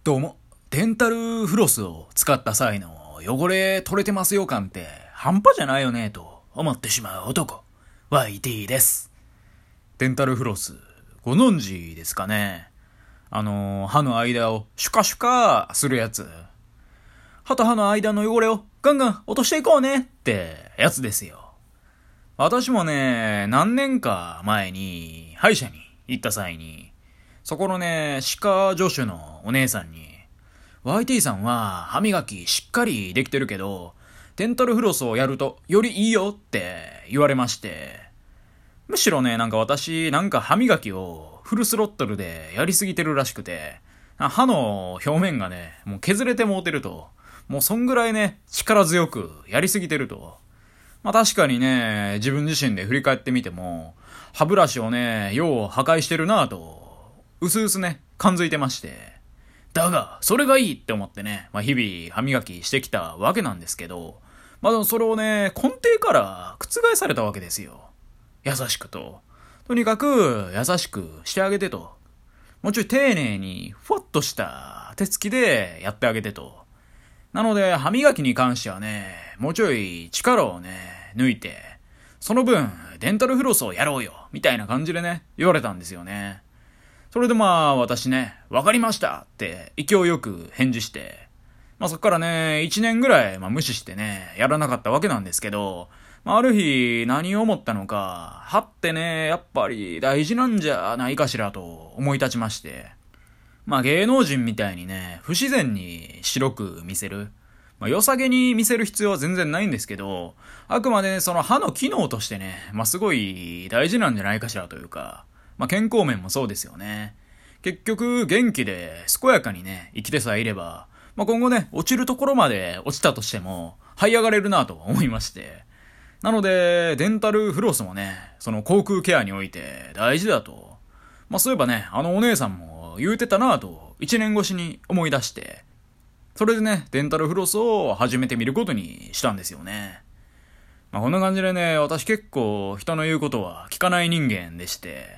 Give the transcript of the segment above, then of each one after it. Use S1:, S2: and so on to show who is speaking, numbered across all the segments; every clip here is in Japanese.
S1: どうも、デンタルフロスを使った際の汚れ取れてますよ感って半端じゃないよねと思ってしまう男、YT です。デンタルフロス、ご存知ですかね。歯の間をシュカシュカするやつ。歯と歯の間の汚れをガンガン落としていこうねってやつですよ。私もね、何年か前に歯医者に行った際に、そこのね、歯科助手のお姉さんに、YT さんは歯磨きしっかりできてるけど、デンタルフロスをやるとよりいいよって言われまして、むしろね、私、歯磨きをフルスロットルでやりすぎてるらしくて、歯の表面がね、もう削れてもうてると、もうそんぐらいね、力強くやりすぎてると。確かにね、自分自身で振り返ってみても、歯ブラシをね、よう破壊してるなぁと、うすうすね、感づいてまして。だが、それがいいって思ってね、日々歯磨きしてきたわけなんですけど、でもそれをね、根底から覆されたわけですよ。優しくと。とにかく、優しくしてあげてと。もうちょい丁寧に、ふわっとした手つきでやってあげてと。なので、歯磨きに関してはね、もうちょい力をね、抜いて、その分、デンタルフロスをやろうよ、みたいな感じでね、言われたんですよね。それで私ね、わかりましたって勢いよく返事して、そっからね、1年ぐらい無視してね、やらなかったわけなんですけど、ある日何を思ったのか、歯ってね、やっぱり大事なんじゃないかしらと思い立ちまして、芸能人みたいにね、不自然に白く見せる。良さげに見せる必要は全然ないんですけど、あくまでその歯の機能としてね、すごい大事なんじゃないかしらというか、健康面もそうですよね。結局、元気で健やかにね、生きてさえいれば、今後ね、落ちるところまで落ちたとしても、這い上がれるなと思いまして。なので、デンタルフロスもね、その口腔ケアにおいて大事だと。そういえばね、お姉さんも言うてたなと、1年越しに思い出して、それでね、デンタルフロスを始めてみることにしたんですよね。こんな感じでね、私結構人の言うことは聞かない人間でして、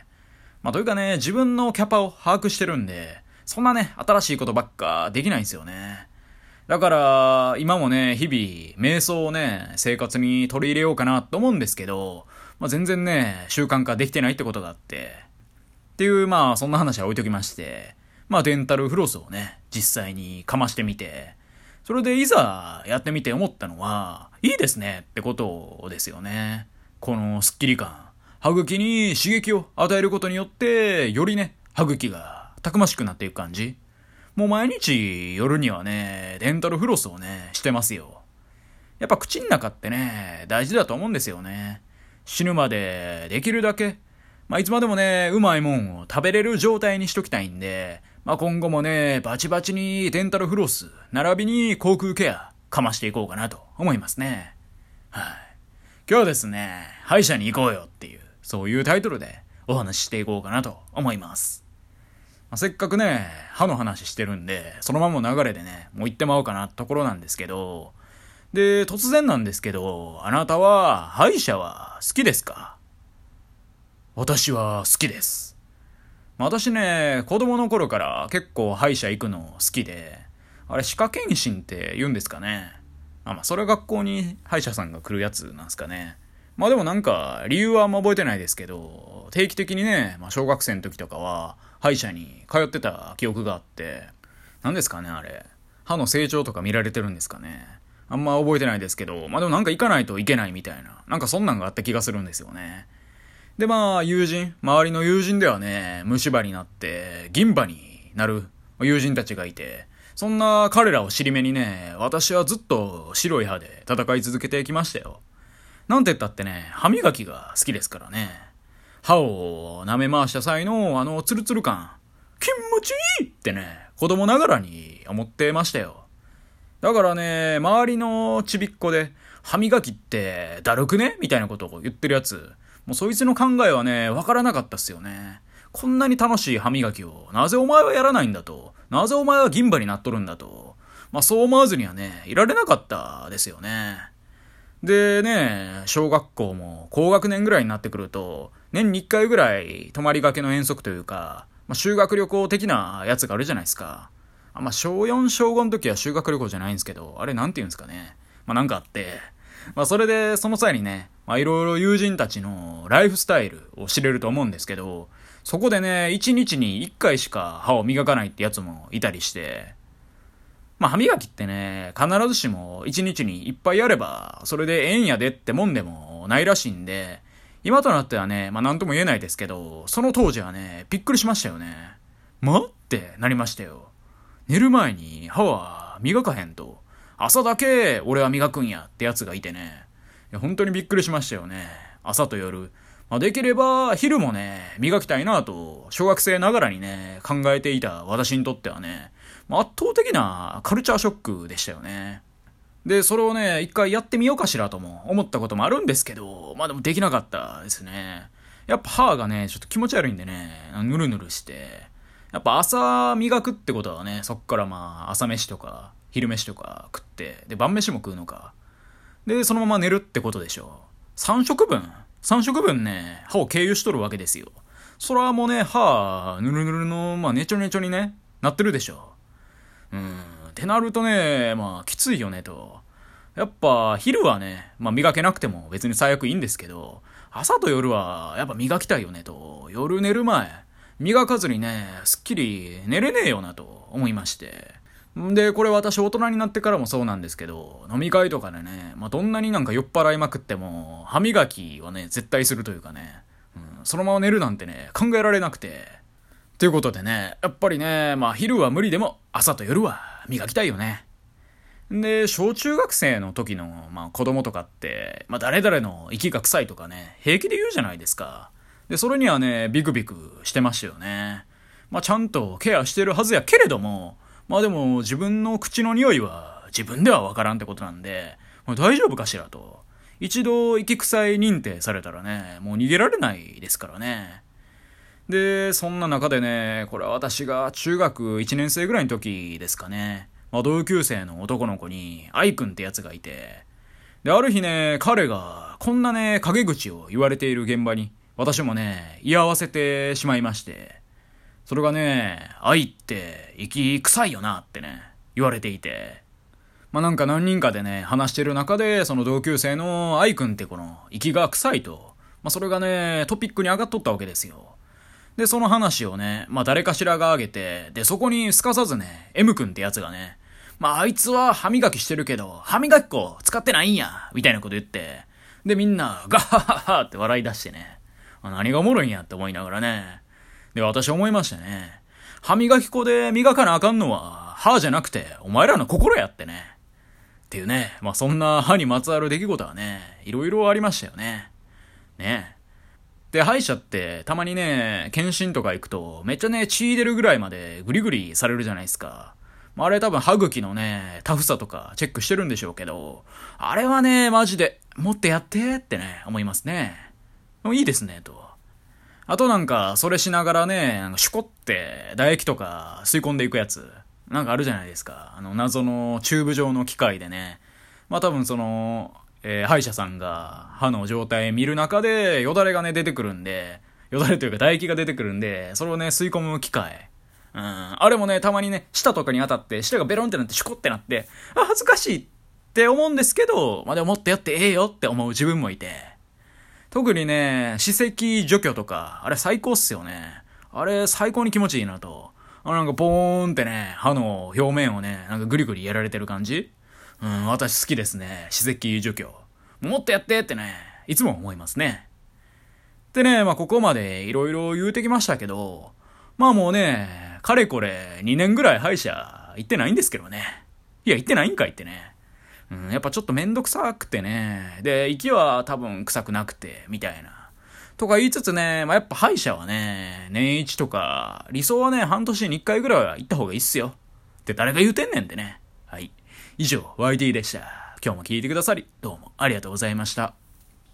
S1: というかね、自分のキャパを把握してるんで、そんなね、新しいことばっかできないんですよね。だから、今もね、日々、瞑想をね、生活に取り入れようかなと思うんですけど、全然ね、習慣化できてないってことがあって、っていう、そんな話は置いときまして、デンタルフロスをね、実際にかましてみて、それでいざやってみて思ったのは、いいですねってことですよね。このスッキリ感。歯茎に刺激を与えることによって、よりね、歯茎がたくましくなっていく感じ。もう毎日夜にはね、デンタルフロスをね、してますよ。やっぱ口の中ってね、大事だと思うんですよね。死ぬまでできるだけ、いつまでもね、うまいもんを食べれる状態にしときたいんで、今後もね、バチバチにデンタルフロス、並びに口腔ケア、かましていこうかなと思いますね。はい。今日はですね、歯医者に行こうよっていう、そういうタイトルでお話ししていこうかなと思います。せっかくね、歯の話してるんで、そのまま流れでね、もう行ってまおうかなところなんですけど、で、突然なんですけど、あなたは歯医者は好きですか？私は好きです。私ね、子供の頃から結構歯医者行くの好きで、あれ歯科検診って言うんですかね。それは学校に歯医者さんが来るやつなんですかね。でも理由はあんま覚えてないですけど、定期的にね、小学生の時とかは歯医者に通ってた記憶があって、何ですかねあれ。歯の成長とか見られてるんですかね。あんま覚えてないですけど、でも行かないといけないみたいな、そんなんがあった気がするんですよね。で周りの友人ではね、虫歯になって銀歯になる友人たちがいて、そんな彼らを尻目にね、私はずっと白い歯で戦い続けてきましたよ。なんて言ったってね、歯磨きが好きですからね。歯を舐め回した際のツルツル感、気持ちいいってね、子供ながらに思ってましたよ。だからね、周りのちびっこで、歯磨きってだるくねみたいなことを言ってるやつ、もうそいつの考えはね、わからなかったっすよね。こんなに楽しい歯磨きを、なぜお前はやらないんだと。なぜお前は銀歯になっとるんだと。そう思わずにはね、いられなかったですよね。でね、小学校も高学年ぐらいになってくると、年に1回ぐらい泊まりがけの遠足というか、修学旅行的なやつがあるじゃないですか。 小4、小5の時は修学旅行じゃないんですけど、あれなんて言うんですかね。なんかあって、それでその際にね、いろいろ友人たちのライフスタイルを知れると思うんですけど、そこでね、1日に1回しか歯を磨かないってやつもいたりして、歯磨きってね、必ずしも1日にいっぱいやれば、それでええんやでってもんでもないらしいんで、今となってはね、なんとも言えないですけど、その当時はね、びっくりしましたよね。ってなりましたよ。寝る前に歯は磨かへんと、朝だけ俺は磨くんやってやつがいてね、本当にびっくりしましたよね。朝と夜。できれば昼もね、磨きたいなと、小学生ながらにね、考えていた私にとってはね、圧倒的なカルチャーショックでしたよね。で、それをね、一回やってみようかしらとも思ったこともあるんですけど、でもできなかったですね。やっぱ歯がね、ちょっと気持ち悪いんでね、ぬるぬるして、やっぱ朝磨くってことはね、そっから朝飯とか、昼飯とか食って、で、晩飯も食うのか。で、そのまま寝るってことでしょ。3食分ね、歯を経由しとるわけですよ。そらもうね、歯、ぬるぬるの、ねちょねちょにね、なってるでしょ。ってなるとね、きついよねと。やっぱ、昼はね、磨けなくても別に最悪いいんですけど、朝と夜は、やっぱ磨きたいよねと。夜寝る前、磨かずにね、すっきり寝れねえよなと思いまして。で、これ私大人になってからもそうなんですけど、飲み会とかでね、どんなになんか酔っ払いまくっても、歯磨きはね、絶対するというかね、そのまま寝るなんてね、考えられなくて。ということでね、やっぱりね、昼は無理でも朝と夜は磨きたいよね。で、小中学生の時の、子供とかって、誰々の息が臭いとかね、平気で言うじゃないですか。で、それにはね、ビクビクしてましたよね。ちゃんとケアしてるはずやけれども、でも自分の口の匂いは自分ではわからんってことなんで、大丈夫かしらと。一度息臭い認定されたらね、もう逃げられないですからね。で、そんな中でね、これは私が中学1年生ぐらいの時ですかね。同級生の男の子に、愛くんってやつがいて、で、ある日ね、彼がこんなね、陰口を言われている現場に、私もね、居合わせてしまいまして、それがね、愛って息臭いよなってね、言われていて。なんか何人かでね、話してる中で、その同級生の愛くんってこの息が臭いと、それがね、トピックに上がっとったわけですよ。で、その話をね、誰かしらが挙げて、で、そこにすかさずね、M くんってやつがね、あいつは歯磨きしてるけど、歯磨き粉使ってないんや、みたいなこと言って、で、みんな、ガッハッハッハって笑い出してね、何がおもろいんやって思いながらね、で、私思いましたね。歯磨き粉で磨かなあかんのは、歯じゃなくて、お前らの心やってね。っていうね、そんな歯にまつわる出来事はね、いろいろありましたよね。ね。で、歯医者ってたまにね、検診とか行くと、めっちゃね、血出るぐらいまでグリグリされるじゃないですか。あれ多分歯茎のね、タフさとかチェックしてるんでしょうけど、あれはね、マジで、もっとやってってね、思いますね。いいですね、と。あとなんか、それしながらね、シュコって唾液とか吸い込んでいくやつ、なんかあるじゃないですか。謎のチューブ状の機械でね。多分その、歯医者さんが歯の状態見る中で、よだれがね、出てくるんで、よだれというか唾液が出てくるんで、それをね、吸い込む機械。あれもね、たまにね、舌とかに当たって、舌がベロンってなって、シュコってなって、恥ずかしいって思うんですけど、でももっとやってええよって思う自分もいて。特にね、歯石除去とか、あれ最高っすよね。あれ最高に気持ちいいなと。なんかボーンってね、歯の表面をね、なんかグリグリやられてる感じ？私好きですね。歯石除去。もっとやってってね、いつも思いますね。でね、ここまでいろいろ言うてきましたけど、もうね、かれこれ2年ぐらい歯医者行ってないんですけどね。いや、行ってないんかいってね。やっぱちょっとめんどくさくてね。で、息は多分臭くなくて、みたいな。とか言いつつね、やっぱ歯医者はね、年一とか、理想はね、半年に1回ぐらいは行った方がいいっすよ。って誰が言うてんねんってね。はい。以上、YT でした。今日も聞いてくださり、どうもありがとうございました。